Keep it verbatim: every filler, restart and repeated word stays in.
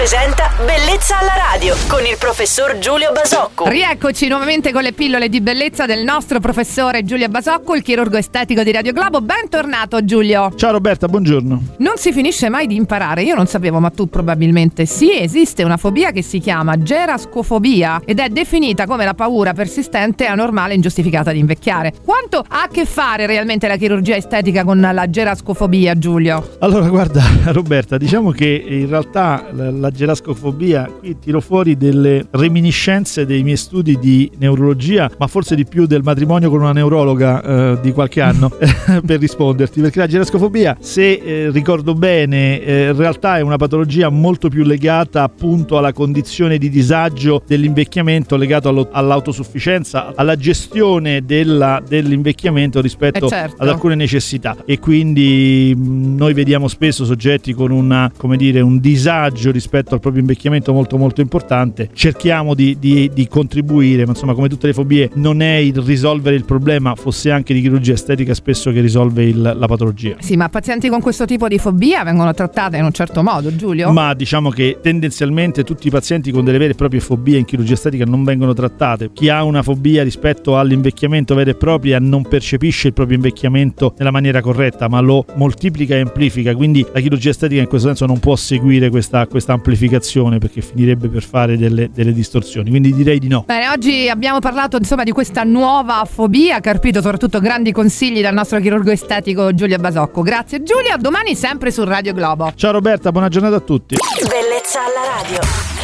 presenta Bellezza alla radio con il professor Giulio Basocco. Rieccoci nuovamente con le pillole di bellezza del nostro professore Giulio Basocco, il chirurgo estetico di Radio Globo. Bentornato Giulio. Ciao Roberta, buongiorno. Non si finisce mai di imparare. Io non sapevo, ma tu probabilmente sì. Esiste una fobia che si chiama gerascofobia ed è definita come la paura persistente, anormale e ingiustificata di invecchiare. Quanto ha a che fare realmente la chirurgia estetica con la gerascofobia, Giulio? Allora guarda Roberta, diciamo che in realtà la, la gerascofobia, qui tiro fuori delle reminiscenze dei miei studi di neurologia, ma forse di più del matrimonio con una neurologa eh, di qualche anno per risponderti, perché la gerascofobia, se eh, ricordo bene, eh, in realtà è una patologia molto più legata appunto alla condizione di disagio dell'invecchiamento, legato allo, all'autosufficienza, alla gestione della, dell'invecchiamento rispetto eh certo. ad alcune necessità, e quindi mh, noi vediamo spesso soggetti con una, come dire, un disagio rispetto al proprio invecchiamento molto molto importante. Cerchiamo di, di, di contribuire, ma insomma, come tutte le fobie, non è il risolvere il problema, fosse anche di chirurgia estetica spesso che risolve il, la patologia. Sì, ma pazienti con questo tipo di fobia vengono trattate in un certo modo, Giulio? Ma diciamo che tendenzialmente tutti i pazienti con delle vere e proprie fobie in chirurgia estetica non vengono trattate. Chi ha una fobia rispetto all'invecchiamento vera e propria non percepisce il proprio invecchiamento nella maniera corretta, ma lo moltiplica e amplifica, quindi la chirurgia estetica in questo senso non può seguire questa, questa amplificazione, perché finirebbe per fare delle, delle distorsioni, quindi direi di no. Bene, oggi abbiamo parlato insomma di questa nuova fobia, carpito soprattutto grandi consigli dal nostro chirurgo estetico Giulio Basocco. Grazie Giulio, a domani sempre su Radio Globo. Ciao Roberta, buona giornata a tutti. Bellezza alla radio.